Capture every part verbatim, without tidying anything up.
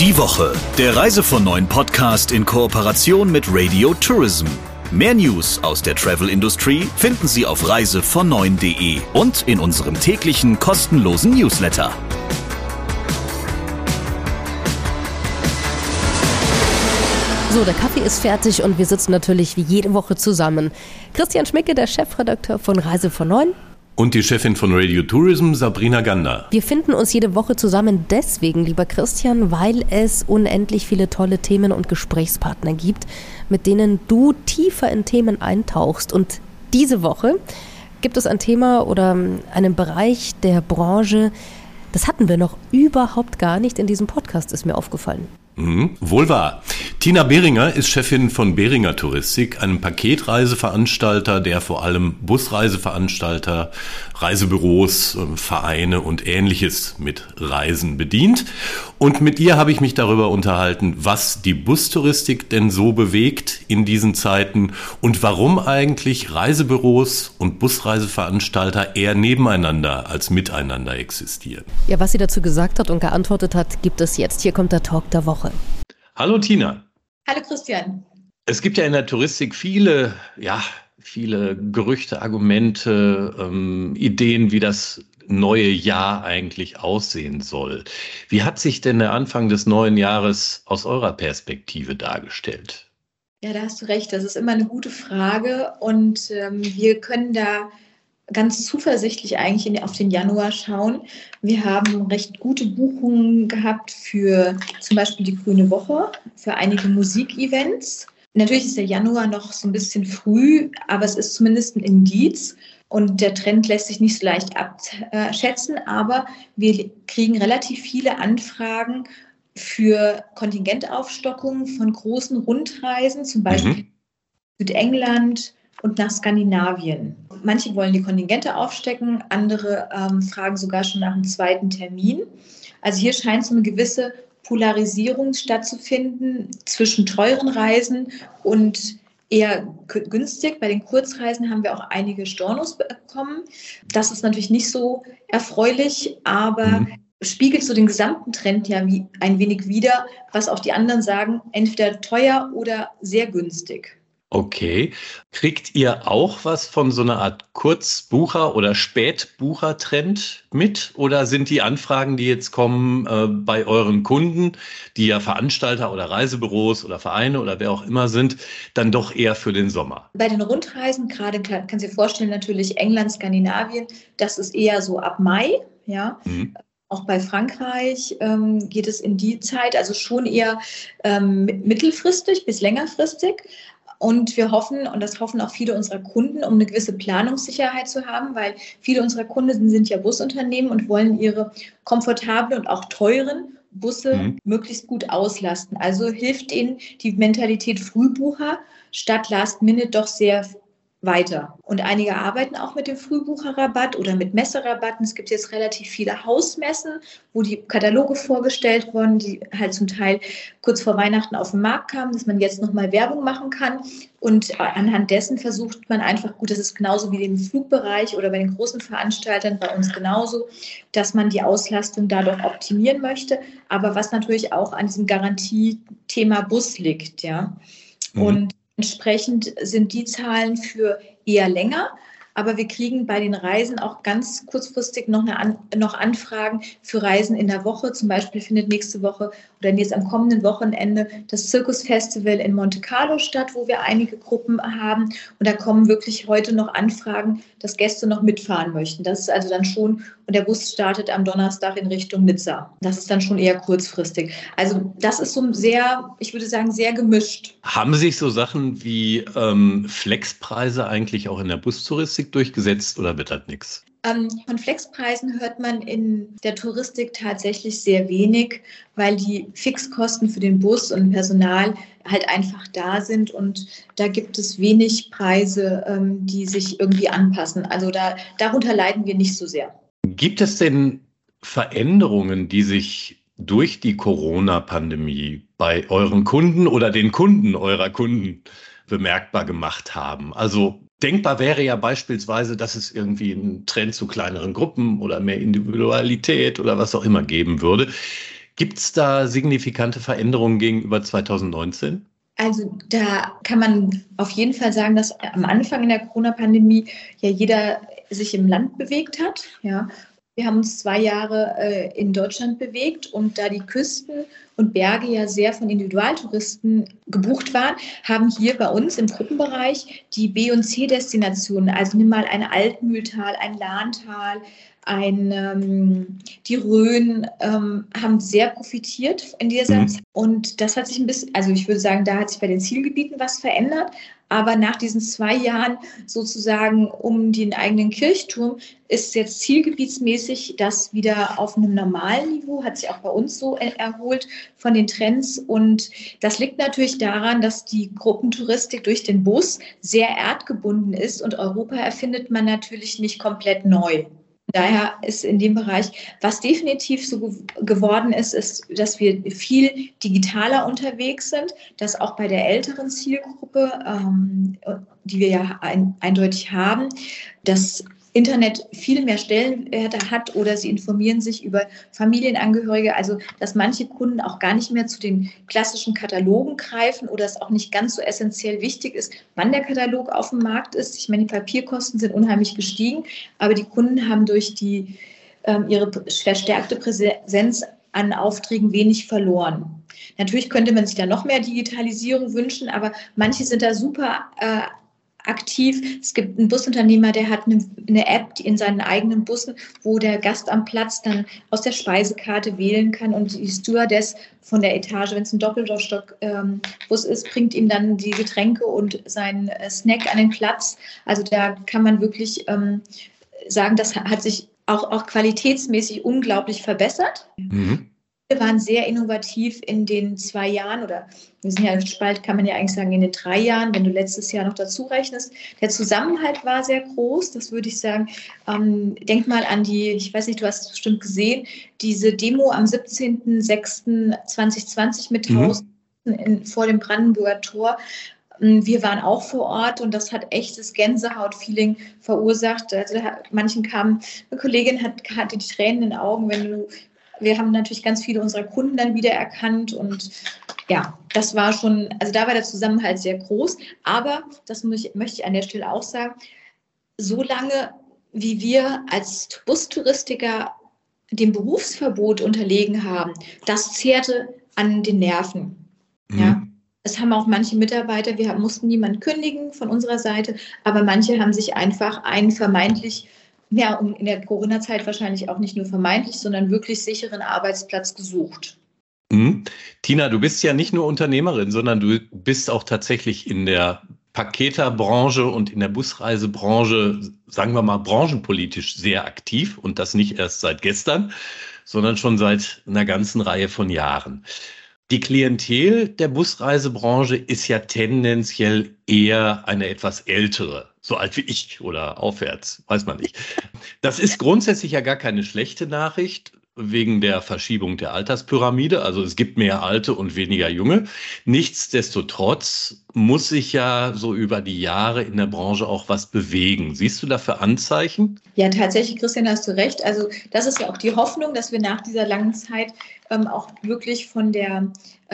Die Woche, der Reise von neun Podcast in Kooperation mit Radio Tourism. Mehr News aus der Travel-Industrie finden Sie auf reise von neun punkt de und in unserem täglichen kostenlosen Newsletter. So, der Kaffee ist fertig und wir sitzen natürlich wie jede Woche zusammen. Christian Schmicke, der Chefredakteur von Reise von neun. Und die Chefin von Radio Tourism, Sabrina Gander. Wir finden uns jede Woche zusammen deswegen, lieber Christian, weil es unendlich viele tolle Themen und Gesprächspartner gibt, mit denen du tiefer in Themen eintauchst. Und diese Woche gibt es ein Thema oder einen Bereich der Branche, das hatten wir noch überhaupt gar nicht in diesem Podcast, ist mir aufgefallen. Mhm, wohl wahr. Tina Behringer ist Chefin von Behringer Touristik, einem Paketreiseveranstalter, der vor allem Busreiseveranstalter, Reisebüros, Vereine und Ähnliches mit Reisen bedient. Und mit ihr habe ich mich darüber unterhalten, was die Bustouristik denn so bewegt in diesen Zeiten und warum eigentlich Reisebüros und Busreiseveranstalter eher nebeneinander als miteinander existieren. Ja, was sie dazu gesagt hat und geantwortet hat, gibt es jetzt. Hier kommt der Talk der Woche. Hallo Tina. Hallo Christian. Es gibt ja in der Touristik viele, ja, viele Gerüchte, Argumente, ähm, Ideen, wie das neue Jahr eigentlich aussehen soll. Wie hat sich denn der Anfang des neuen Jahres aus eurer Perspektive dargestellt? Ja, da hast du recht. Das ist immer eine gute Frage und ähm, wir können da ganz zuversichtlich eigentlich in, auf den Januar schauen. Wir haben recht gute Buchungen gehabt für zum Beispiel die Grüne Woche, für einige Musikevents. Natürlich ist der Januar noch so ein bisschen früh, aber es ist zumindest ein Indiz und der Trend lässt sich nicht so leicht abschätzen, aber wir kriegen relativ viele Anfragen für Kontingentaufstockung von großen Rundreisen, zum Beispiel mhm. Südengland und nach Skandinavien. Manche wollen die Kontingente aufstecken, andere ähm, fragen sogar schon nach einem zweiten Termin. Also hier scheint so eine gewisse Polarisierung stattzufinden zwischen teuren Reisen und eher günstig. Bei den Kurzreisen haben wir auch einige Stornos bekommen. Das ist natürlich nicht so erfreulich, aber mhm. spiegelt so den gesamten Trend ja wie ein wenig wider, was auch die anderen sagen, entweder teuer oder sehr günstig. Okay. Kriegt ihr auch was von so einer Art Kurzbucher- oder Spätbucher-Trend mit? Oder sind die Anfragen, die jetzt kommen äh, bei euren Kunden, die ja Veranstalter oder Reisebüros oder Vereine oder wer auch immer sind, dann doch eher für den Sommer? Bei den Rundreisen, gerade kannst du dir vorstellen, natürlich England, Skandinavien, das ist eher so ab Mai, ja. Mhm. Auch bei Frankreich ähm, geht es in die Zeit, also schon eher ähm, mittelfristig bis längerfristig. Und wir hoffen, und das hoffen auch viele unserer Kunden, um eine gewisse Planungssicherheit zu haben, weil viele unserer Kunden sind ja Busunternehmen und wollen ihre komfortablen und auch teuren Busse mhm. möglichst gut auslasten. Also hilft ihnen die Mentalität Frühbucher statt Last Minute doch sehr weiter. Und einige arbeiten auch mit dem Frühbucherrabatt oder mit Messerabatten. Es gibt jetzt relativ viele Hausmessen, wo die Kataloge vorgestellt wurden, die halt zum Teil kurz vor Weihnachten auf den Markt kamen, dass man jetzt nochmal Werbung machen kann. Und anhand dessen versucht man einfach, gut, das ist genauso wie im Flugbereich oder bei den großen Veranstaltern bei uns genauso, dass man die Auslastung dadurch optimieren möchte. Aber was natürlich auch an diesem Garantiethema Bus liegt, ja. Mhm. Und entsprechend sind die Zahlen für eher länger, aber wir kriegen bei den Reisen auch ganz kurzfristig noch, eine An- noch Anfragen für Reisen in der Woche. Zum Beispiel findet nächste Woche oder jetzt am kommenden Wochenende das Zirkusfestival in Monte Carlo statt, wo wir einige Gruppen haben. Und da kommen wirklich heute noch Anfragen, dass Gäste noch mitfahren möchten. Das ist also dann schon, und der Bus startet am Donnerstag in Richtung Nizza. Das ist dann schon eher kurzfristig. Also das ist so sehr, ich würde sagen, sehr gemischt. Haben sich so Sachen wie ähm, Flexpreise eigentlich auch in der Bustouristik durchgesetzt oder wird das nichts? Ähm, von Flexpreisen hört man in der Touristik tatsächlich sehr wenig, weil die Fixkosten für den Bus und Personal halt einfach da sind und da gibt es wenig Preise, ähm, die sich irgendwie anpassen. Also da, darunter leiden wir nicht so sehr. Gibt es denn Veränderungen, die sich durch die Corona-Pandemie bei euren Kunden oder den Kunden eurer Kunden bemerkbar gemacht haben? Also denkbar wäre ja beispielsweise, dass es irgendwie einen Trend zu kleineren Gruppen oder mehr Individualität oder was auch immer geben würde. Gibt es da signifikante Veränderungen gegenüber zweitausendneunzehn? Also da kann man auf jeden Fall sagen, dass am Anfang in der Corona-Pandemie ja jeder sich im Land bewegt hat. Ja. Wir haben uns zwei Jahre äh, in Deutschland bewegt und da die Küsten und Berge ja sehr von Individualtouristen gebucht waren, haben hier bei uns im Gruppenbereich die B- und C-Destinationen, also nimm mal ein Altmühltal, ein Lahntal, ein, ähm, die Rhön ähm, haben sehr profitiert in dieser Mhm. Zeit. Und das hat sich ein bisschen, also ich würde sagen, da hat sich bei den Zielgebieten was verändert. Aber nach diesen zwei Jahren sozusagen um den eigenen Kirchturm ist jetzt zielgebietsmäßig das wieder auf einem normalen Niveau, hat sich auch bei uns so er- erholt von den Trends. Und das liegt natürlich daran, dass die Gruppentouristik durch den Bus sehr erdgebunden ist und Europa erfindet man natürlich nicht komplett neu. Daher ist in dem Bereich, was definitiv so ge- geworden ist, ist, dass wir viel digitaler unterwegs sind, dass auch bei der älteren Zielgruppe, ähm, die wir ja ein, eindeutig haben, das Internet viel mehr Stellenwert hat oder sie informieren sich über Familienangehörige, also dass manche Kunden auch gar nicht mehr zu den klassischen Katalogen greifen oder es auch nicht ganz so essentiell wichtig ist, wann der Katalog auf dem Markt ist. Ich meine, die Papierkosten sind unheimlich gestiegen, aber die Kunden haben durch die, ähm, ihre verstärkte Präsenz an Aufträgen wenig verloren. Natürlich könnte man sich da noch mehr Digitalisierung wünschen, aber manche sind da super äh, aktiv. Es gibt einen Busunternehmer, der hat eine, eine App die in seinen eigenen Bussen, wo der Gast am Platz dann aus der Speisekarte wählen kann und die Stewardess von der Etage, wenn es ein Doppelstock-Bus ist, bringt ihm dann die Getränke und seinen äh, Snack an den Platz. Also da kann man wirklich ähm, sagen, das hat sich auch, auch qualitätsmäßig unglaublich verbessert. Mhm. Wir waren sehr innovativ in den zwei Jahren oder wir sind ja bald, kann man ja eigentlich sagen, in den drei Jahren, wenn du letztes Jahr noch dazu rechnest. Der Zusammenhalt war sehr groß, das würde ich sagen. Ähm, denk mal an die, ich weiß nicht, du hast es bestimmt gesehen, diese Demo am siebzehnten sechsten zweitausendzwanzig mit tausend mhm. in, vor dem Brandenburger Tor. Wir waren auch vor Ort und das hat echtes Gänsehaut-Feeling verursacht. Also manchen kamen, eine Kollegin hat, hatte die Tränen in den Augen, wenn du Wir haben natürlich ganz viele unserer Kunden dann wieder erkannt und ja, das war schon, also da war der Zusammenhalt sehr groß. Aber, das muss ich, möchte ich an der Stelle auch sagen, so lange wie wir als Bustouristiker dem Berufsverbot unterlegen haben, das zehrte an den Nerven. Mhm. Ja. Es haben auch manche Mitarbeiter, wir mussten niemanden kündigen von unserer Seite, aber manche haben sich einfach einen vermeintlich Ja, und in der Corona-Zeit wahrscheinlich auch nicht nur vermeintlich, sondern wirklich sicheren Arbeitsplatz gesucht. Mhm. Tina, du bist ja nicht nur Unternehmerin, sondern du bist auch tatsächlich in der Paketerbranche und in der Busreisebranche, sagen wir mal, branchenpolitisch sehr aktiv und das nicht erst seit gestern, sondern schon seit einer ganzen Reihe von Jahren. Die Klientel der Busreisebranche ist ja tendenziell eher eine etwas ältere, so alt wie ich oder aufwärts, weiß man nicht. Das ist grundsätzlich ja gar keine schlechte Nachricht wegen der Verschiebung der Alterspyramide. Also es gibt mehr Alte und weniger Junge. Nichtsdestotrotz muss sich ja so über die Jahre in der Branche auch was bewegen. Siehst du dafür Anzeichen? Ja, tatsächlich, Christian, hast du recht. Also das ist ja auch die Hoffnung, dass wir nach dieser langen Zeit ähm, auch wirklich von der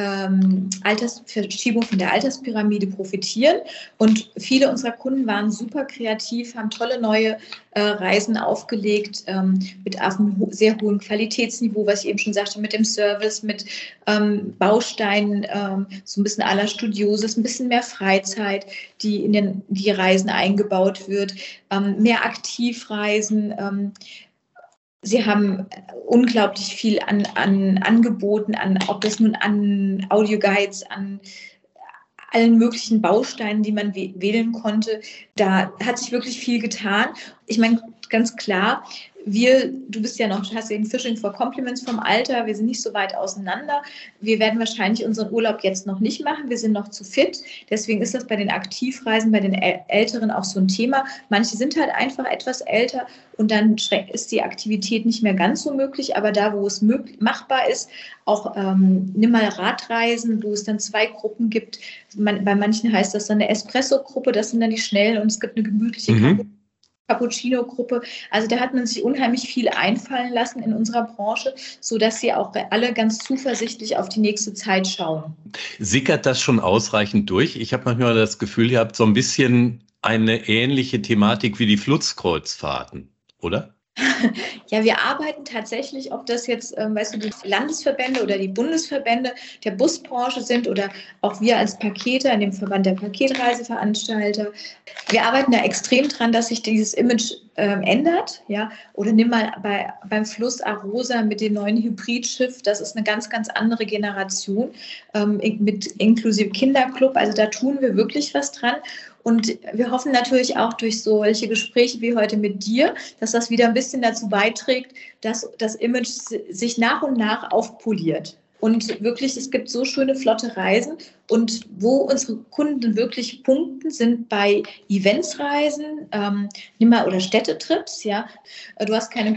ähm, Altersverschiebung, von der Alterspyramide profitieren. Und viele unserer Kunden waren super kreativ, haben tolle neue äh, Reisen aufgelegt, ähm, mit einem ho- sehr hohen Qualitätsniveau, was ich eben schon sagte, mit dem Service, mit ähm, Bausteinen, ähm, so ein bisschen à la Studiosis, ein bisschen mehr Freizeit, die in den, die Reisen eingebaut wird, ähm, mehr Aktivreisen. Ähm, Sie haben unglaublich viel an, an Angeboten, an, ob das nun an Audioguides, an allen möglichen Bausteinen, die man wählen konnte. Da hat sich wirklich viel getan. Ich meine, ganz klar, wir, du bist ja noch, du hast eben Fishing for Compliments vom Alter, wir sind nicht so weit auseinander. Wir werden wahrscheinlich unseren Urlaub jetzt noch nicht machen, wir sind noch zu fit. Deswegen ist das bei den Aktivreisen, bei den Älteren auch so ein Thema. Manche sind halt einfach etwas älter und dann ist die Aktivität nicht mehr ganz so möglich, aber da, wo es möglich, machbar ist, auch ähm, nimm mal Radreisen, wo es dann zwei Gruppen gibt. Man, bei manchen heißt das dann eine Espresso-Gruppe, das sind dann die schnellen und es gibt eine gemütliche Mhm. Gruppe. Cappuccino-Gruppe. Also da hat man sich unheimlich viel einfallen lassen in unserer Branche, sodass sie auch alle ganz zuversichtlich auf die nächste Zeit schauen. Sickert das schon ausreichend durch? Ich habe manchmal das Gefühl, ihr habt so ein bisschen eine ähnliche Thematik wie die Fluxkreuzfahrten, oder? Ja, wir arbeiten tatsächlich, ob das jetzt, ähm, weißt du, die Landesverbände oder die Bundesverbände der Busbranche sind oder auch wir als Paketer in dem Verband der Paketreiseveranstalter. Wir arbeiten da extrem dran, dass sich dieses Image ähm, ändert. Ja? Oder nimm mal bei, beim Fluss Arosa mit dem neuen Hybridschiff. Das ist eine ganz, ganz andere Generation ähm, mit inklusive Kinderclub. Also da tun wir wirklich was dran. Und wir hoffen natürlich auch durch solche Gespräche wie heute mit dir, dass das wieder ein bisschen dazu beiträgt, dass das Image sich nach und nach aufpoliert. Und wirklich, es gibt so schöne, flotte Reisen. Und wo unsere Kunden wirklich punkten, sind bei Eventsreisen, ähm, nimm mal, oder Städtetrips. Ja, du hast keinen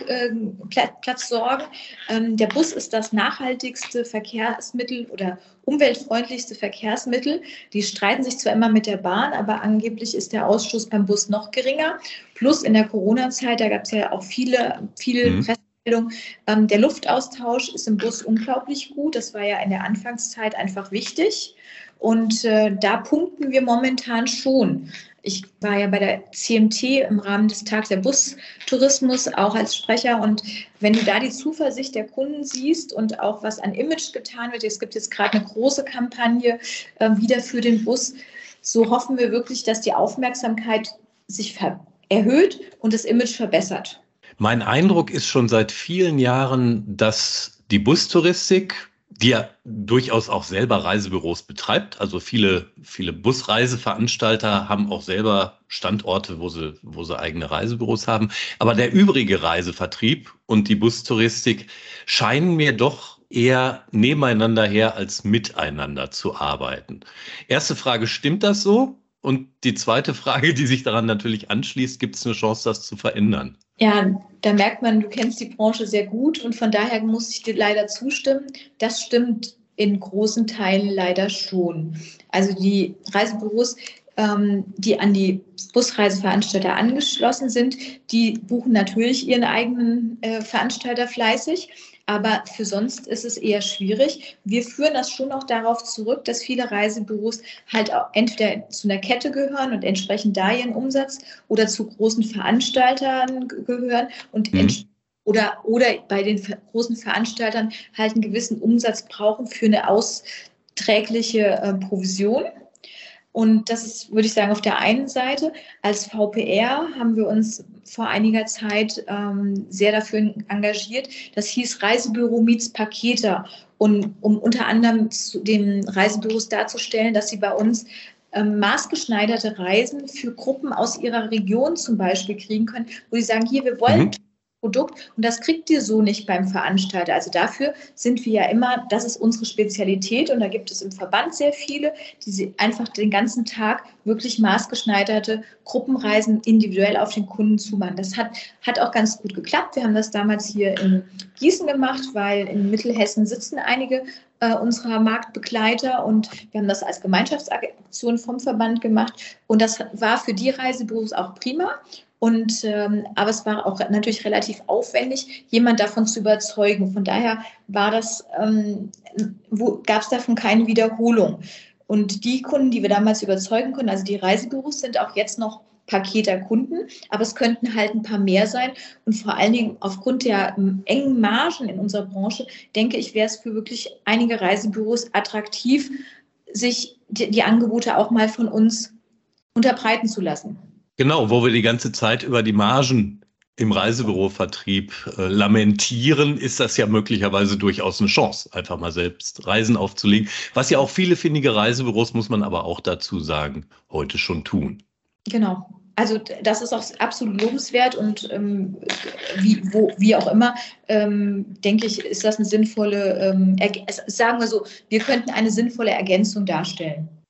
Parkplatzsorgen. Äh, ähm, der Bus ist das nachhaltigste Verkehrsmittel oder umweltfreundlichste Verkehrsmittel. Die streiten sich zwar immer mit der Bahn, aber angeblich ist der Ausstoß beim Bus noch geringer. Plus in der Corona-Zeit, da gab es ja auch viele, viele mhm. Ähm, der Luftaustausch ist im Bus unglaublich gut. Das war ja in der Anfangszeit einfach wichtig. Und äh, da punkten wir momentan schon. Ich war ja bei der C M T im Rahmen des Tags der Bustourismus auch als Sprecher. Und wenn du da die Zuversicht der Kunden siehst und auch was an Image getan wird, es gibt jetzt gerade eine große Kampagne äh, wieder für den Bus, so hoffen wir wirklich, dass die Aufmerksamkeit sich ver- erhöht und das Image verbessert. Mein Eindruck ist schon seit vielen Jahren, dass die Bustouristik, die ja durchaus auch selber Reisebüros betreibt, also viele, viele Busreiseveranstalter haben auch selber Standorte, wo sie, wo sie eigene Reisebüros haben. Aber der übrige Reisevertrieb und die Bustouristik scheinen mir doch eher nebeneinander her als miteinander zu arbeiten. Erste Frage, stimmt das so? Und die zweite Frage, die sich daran natürlich anschließt, gibt es eine Chance, das zu verändern? Ja, da merkt man, du kennst die Branche sehr gut und von daher muss ich dir leider zustimmen. Das stimmt in großen Teilen leider schon. Also die Reisebüros, ähm, die an die Busreiseveranstalter angeschlossen sind, die buchen natürlich ihren eigenen äh, Veranstalter fleißig. Aber für sonst ist es eher schwierig. Wir führen das schon auch darauf zurück, dass viele Reisebüros halt auch entweder zu einer Kette gehören und entsprechend da ihren Umsatz oder zu großen Veranstaltern gehören und mhm. oder, oder bei den großen Veranstaltern halt einen gewissen Umsatz brauchen für eine austrägliche äh, Provision. Und das ist, würde ich sagen, auf der einen Seite. Als V P R haben wir uns vor einiger Zeit ähm, sehr dafür engagiert. Das hieß Reisebüro meets Paketer. Und um unter anderem zu den Reisebüros darzustellen, dass sie bei uns ähm, maßgeschneiderte Reisen für Gruppen aus ihrer Region zum Beispiel kriegen können, wo sie sagen, hier, wir wollen... Mhm. Produkt und das kriegt ihr so nicht beim Veranstalter. Also dafür sind wir ja immer, das ist unsere Spezialität und da gibt es im Verband sehr viele, die einfach den ganzen Tag wirklich maßgeschneiderte Gruppenreisen individuell auf den Kunden zumachen. Das hat, hat auch ganz gut geklappt. Wir haben das damals hier in Gießen gemacht, weil in Mittelhessen sitzen einige äh, unserer Marktbegleiter und wir haben das als Gemeinschaftsaktion vom Verband gemacht und das war für die Reisebüros auch prima. Und, ähm, aber es war auch natürlich relativ aufwendig, jemand davon zu überzeugen. Von daher war das, ähm, gab es davon keine Wiederholung. Und die Kunden, die wir damals überzeugen konnten, also die Reisebüros, sind auch jetzt noch Paketer-Kunden, aber es könnten halt ein paar mehr sein. Und vor allen Dingen aufgrund der ähm, engen Margen in unserer Branche, denke ich, wäre es für wirklich einige Reisebüros attraktiv, sich die, die Angebote auch mal von uns unterbreiten zu lassen. Genau, wo wir die ganze Zeit über die Margen im Reisebürovertrieb äh, lamentieren, ist das ja möglicherweise durchaus eine Chance, einfach mal selbst Reisen aufzulegen. Was ja auch viele findige Reisebüros, muss man aber auch dazu sagen, heute schon tun. Genau. Also das ist auch absolut lobenswert und ähm, wie, wo, wie auch immer, ähm, denke ich, ist das eine sinnvolle, ähm, Erg- sagen wir so, wir könnten eine sinnvolle Ergänzung darstellen.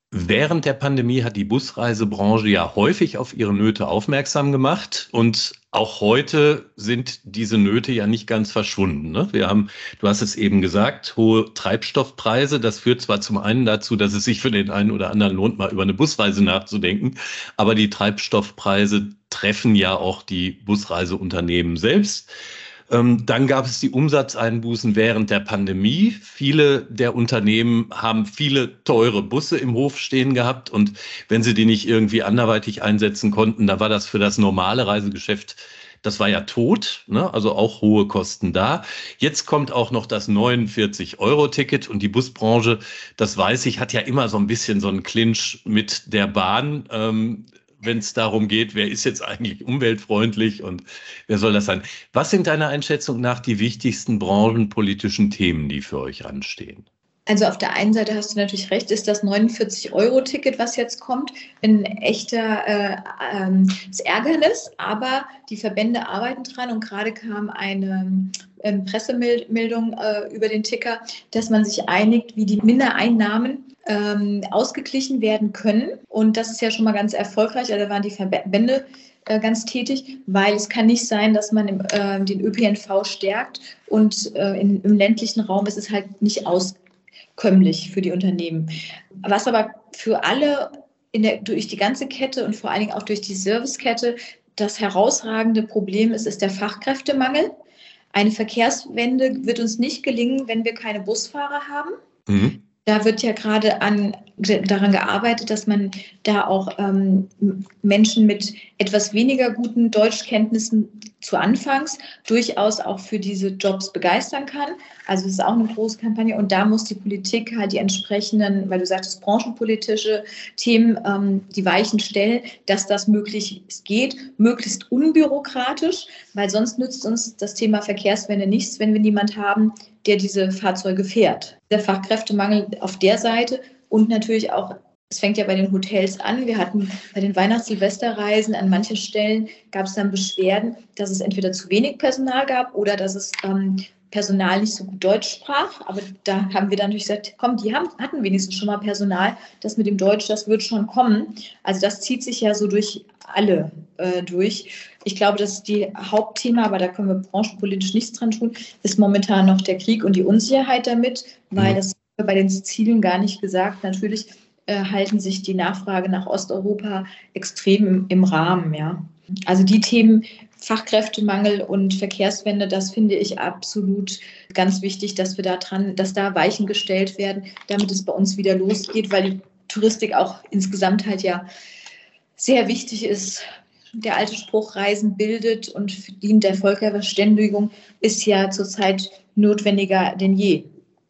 Während der Pandemie hat die Busreisebranche ja häufig auf ihre Nöte aufmerksam gemacht und auch heute sind diese Nöte ja nicht ganz verschwunden, ne? Wir haben, du hast es eben gesagt, hohe Treibstoffpreise. Das führt zwar zum einen dazu, dass es sich für den einen oder anderen lohnt, mal über eine Busreise nachzudenken, aber die Treibstoffpreise treffen ja auch die Busreiseunternehmen selbst. Dann gab es die Umsatzeinbußen während der Pandemie. Viele der Unternehmen haben viele teure Busse im Hof stehen gehabt und wenn sie die nicht irgendwie anderweitig einsetzen konnten, da war das für das normale Reisegeschäft, das war ja tot, ne? Also auch hohe Kosten da. Jetzt kommt auch noch das neunundvierzig Euro Ticket und die Busbranche, das weiß ich, hat ja immer so ein bisschen so einen Clinch mit der Bahn. Ähm, wenn es darum geht, wer ist jetzt eigentlich umweltfreundlich und wer soll das sein? Was sind deiner Einschätzung nach die wichtigsten branchenpolitischen Themen, die für euch anstehen? Also auf der einen Seite hast du natürlich recht, ist das neunundvierzig Euro Ticket, was jetzt kommt, ein echter äh, ähm, Ärgernis, aber die Verbände arbeiten dran und gerade kam eine ähm, Pressemeldung äh, über den Ticker, dass man sich einigt, wie die Mindereinnahmen ähm, ausgeglichen werden können und das ist ja schon mal ganz erfolgreich, also da waren die Verbände äh, ganz tätig, weil es kann nicht sein, dass man im, äh, den Ö P N V stärkt und äh, in, im ländlichen Raum ist es halt nicht ausgeglichen. Kömmlich für die Unternehmen. Was aber für alle in der, durch die ganze Kette und vor allen Dingen auch durch die Servicekette das herausragende Problem ist, ist der Fachkräftemangel. Eine Verkehrswende wird uns nicht gelingen, wenn wir keine Busfahrer haben. Mhm. Da wird ja gerade an, daran gearbeitet, dass man da auch ähm, Menschen mit etwas weniger guten Deutschkenntnissen zu Anfangs durchaus auch für diese Jobs begeistern kann. Also das ist auch eine große Kampagne und da muss die Politik halt die entsprechenden, weil du sagtest, branchenpolitische Themen, ähm, die Weichen stellen, dass das möglichst geht, möglichst unbürokratisch, weil sonst nützt uns das Thema Verkehrswende nichts, wenn wir niemand haben, der diese Fahrzeuge fährt. Der Fachkräftemangel auf der Seite und natürlich auch, es fängt ja bei den Hotels an, wir hatten bei den Weihnachts-Silvesterreisen an manchen Stellen gab es dann Beschwerden, dass es entweder zu wenig Personal gab oder dass es ähm, Personal nicht so gut Deutsch sprach, aber da haben wir dann natürlich gesagt, komm, die haben, hatten wenigstens schon mal Personal, das mit dem Deutsch, das wird schon kommen. Also das zieht sich ja so durch alle äh, durch. Ich glaube, das ist die Hauptthema, aber da können wir branchenpolitisch nichts dran tun, ist momentan noch der Krieg und die Unsicherheit damit, weil das bei den Zielen gar nicht gesagt, natürlich äh, halten sich die Nachfrage nach Osteuropa extrem im, im Rahmen, ja. Also die Themen Fachkräftemangel und Verkehrswende, das finde ich absolut ganz wichtig, dass wir da dran, dass da Weichen gestellt werden, damit es bei uns wieder losgeht, weil die Touristik auch insgesamt halt ja sehr wichtig ist. Der alte Spruch, Reisen bildet und dient der Völkerverständigung, ist ja zurzeit notwendiger denn je.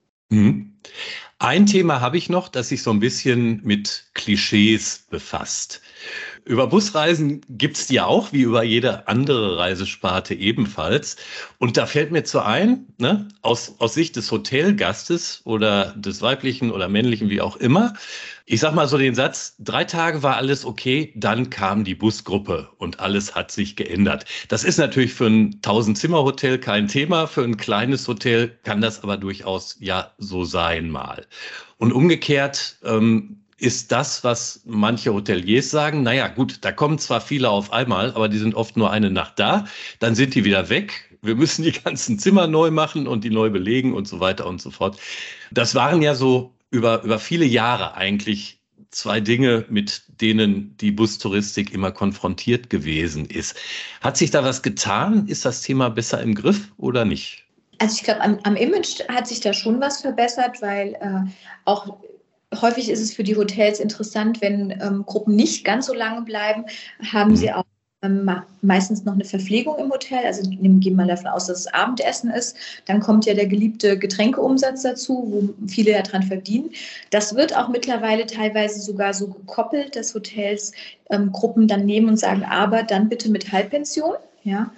Mhm. Ein Thema habe ich noch, das sich so ein bisschen mit Klischees befasst. Über Busreisen gibt's die auch, wie über jede andere Reisesparte ebenfalls. Und da fällt mir zu ein, ne, aus, aus Sicht des Hotelgastes oder des weiblichen oder männlichen, wie auch immer, ich sag mal so den Satz, drei Tage war alles okay, dann kam die Busgruppe und alles hat sich geändert. Das ist natürlich für ein Tausend-Zimmer-Hotel kein Thema, für ein kleines Hotel kann das aber durchaus ja so sein mal. Und umgekehrt ähm, ist das, was manche Hoteliers sagen, naja gut, da kommen zwar viele auf einmal, aber die sind oft nur eine Nacht da, dann sind die wieder weg. Wir müssen die ganzen Zimmer neu machen und die neu belegen und so weiter und so fort. Das waren ja so über, über viele Jahre eigentlich zwei Dinge, mit denen die Bustouristik immer konfrontiert gewesen ist. Hat sich da was getan? Ist das Thema besser im Griff oder nicht? Also ich glaube, am, am Image hat sich da schon was verbessert, weil äh, auch häufig ist es für die Hotels interessant, wenn ähm, Gruppen nicht ganz so lange bleiben, haben mhm. sie auch ähm, meistens noch eine Verpflegung im Hotel. Also gehen wir mal davon aus, dass es Abendessen ist. Dann kommt ja der geliebte Getränkeumsatz dazu, wo viele ja dran verdienen. Das wird auch mittlerweile teilweise sogar so gekoppelt, dass Hotels ähm, Gruppen dann nehmen und sagen, aber dann bitte mit Halbpension. Ja?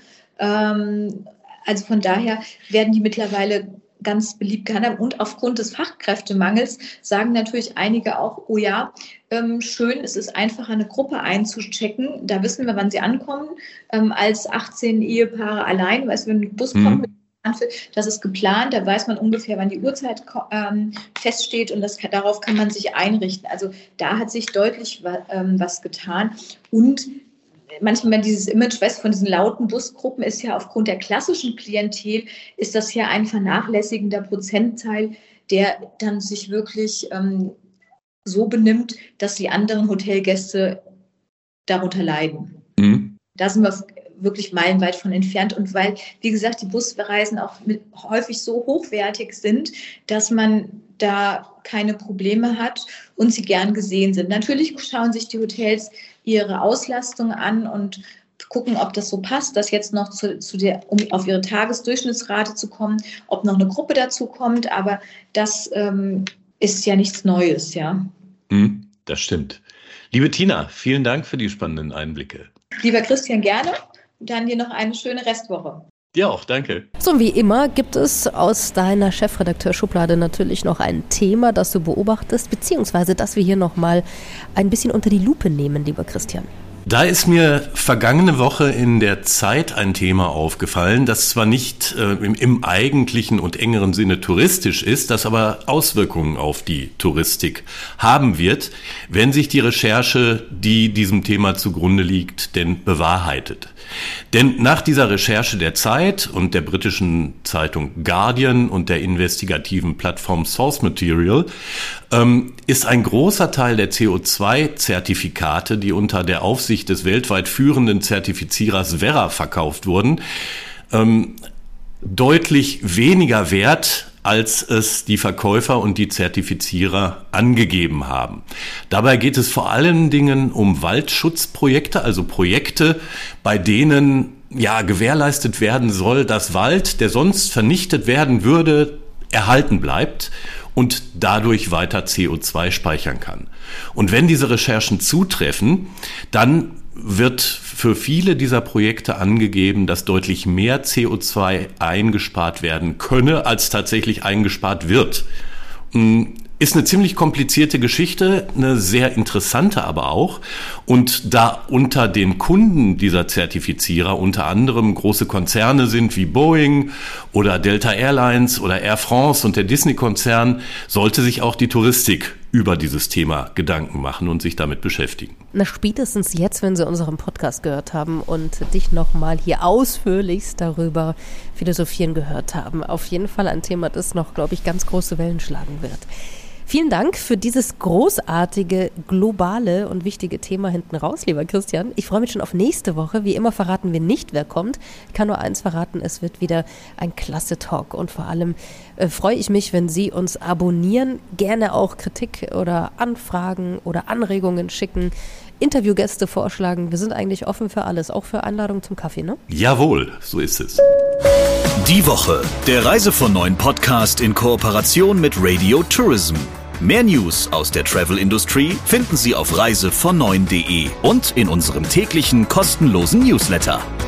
Ähm, also von daher werden die mittlerweile ganz beliebt gehandhabt. Und aufgrund des Fachkräftemangels sagen natürlich einige auch, oh ja, ähm, schön, es ist einfacher, eine Gruppe einzuchecken. Da wissen wir, wann sie ankommen, ähm, als achtzehn Ehepaare allein. Weißt du, wenn ein Bus mhm. kommt mit Das ist geplant, da weiß man ungefähr, wann die Uhrzeit ähm, feststeht und das, darauf kann man sich einrichten. Also da hat sich deutlich ähm, was getan. Und manchmal dieses Image, weißt, von diesen lauten Busgruppen ist ja aufgrund der klassischen Klientel, ist das ja ein vernachlässigender Prozentteil, der dann sich wirklich ähm, so benimmt, dass die anderen Hotelgäste darunter leiden. Mhm. Da sind wir wirklich meilenweit von entfernt und weil, wie gesagt, die Busreisen auch mit, häufig so hochwertig sind, dass man da keine Probleme hat und sie gern gesehen sind. Natürlich schauen sich die Hotels ihre Auslastung an und gucken, ob das so passt, dass jetzt noch zu, zu der, um auf ihre Tagesdurchschnittsrate zu kommen, ob noch eine Gruppe dazu kommt, aber das ähm, ist ja nichts Neues, ja. Mm, das stimmt. Liebe Tina, vielen Dank für die spannenden Einblicke. Lieber Christian, gerne. Dann dir noch eine schöne Restwoche. Dir auch, danke. So wie immer gibt es aus deiner Chefredakteur-Schublade natürlich noch ein Thema, das du beobachtest, beziehungsweise das wir hier nochmal ein bisschen unter die Lupe nehmen, lieber Christian. Da ist mir vergangene Woche in der Zeit ein Thema aufgefallen, das zwar nicht äh, im, im eigentlichen und engeren Sinne touristisch ist, das aber Auswirkungen auf die Touristik haben wird, wenn sich die Recherche, die diesem Thema zugrunde liegt, denn bewahrheitet. Denn nach dieser Recherche der Zeit und der britischen Zeitung Guardian und der investigativen Plattform Source Material ähm, ist ein großer Teil der C O zwei Zertifikate, die unter der Aufsicht des weltweit führenden Zertifizierers Verra verkauft wurden, ähm, deutlich weniger wert, als es die Verkäufer und die Zertifizierer angegeben haben. Dabei geht es vor allen Dingen um Waldschutzprojekte, also Projekte, bei denen ja gewährleistet werden soll, dass Wald, der sonst vernichtet werden würde, erhalten bleibt und dadurch weiter C O zwei speichern kann. Und wenn diese Recherchen zutreffen, dann wird für viele dieser Projekte angegeben, dass deutlich mehr C O zwei eingespart werden könne, als tatsächlich eingespart wird. Ist eine ziemlich komplizierte Geschichte, eine sehr interessante aber auch. Und da unter den Kunden dieser Zertifizierer unter anderem große Konzerne sind wie Boeing oder Delta Airlines oder Air France und der Disney-Konzern, sollte sich auch die Touristik über dieses Thema Gedanken machen und sich damit beschäftigen. Na, spätestens jetzt, wenn Sie unseren Podcast gehört haben und dich nochmal hier ausführlichst darüber philosophieren gehört haben. Auf jeden Fall ein Thema, das noch, glaube ich, ganz große Wellen schlagen wird. Vielen Dank für dieses großartige, globale und wichtige Thema hinten raus, lieber Christian. Ich freue mich schon auf nächste Woche. Wie immer verraten wir nicht, wer kommt. Ich kann nur eins verraten, es wird wieder ein klasse Talk. Und vor allem äh, freue ich mich, wenn Sie uns abonnieren, gerne auch Kritik oder Anfragen oder Anregungen schicken, Interviewgäste vorschlagen. Wir sind eigentlich offen für alles, auch für Einladungen zum Kaffee, ne? Jawohl, so ist es. Die Woche, der Reise von neuen Podcast in Kooperation mit Radio Tourism. Mehr News aus der Travel Industry finden Sie auf reise von neun punkt de und in unserem täglichen kostenlosen Newsletter.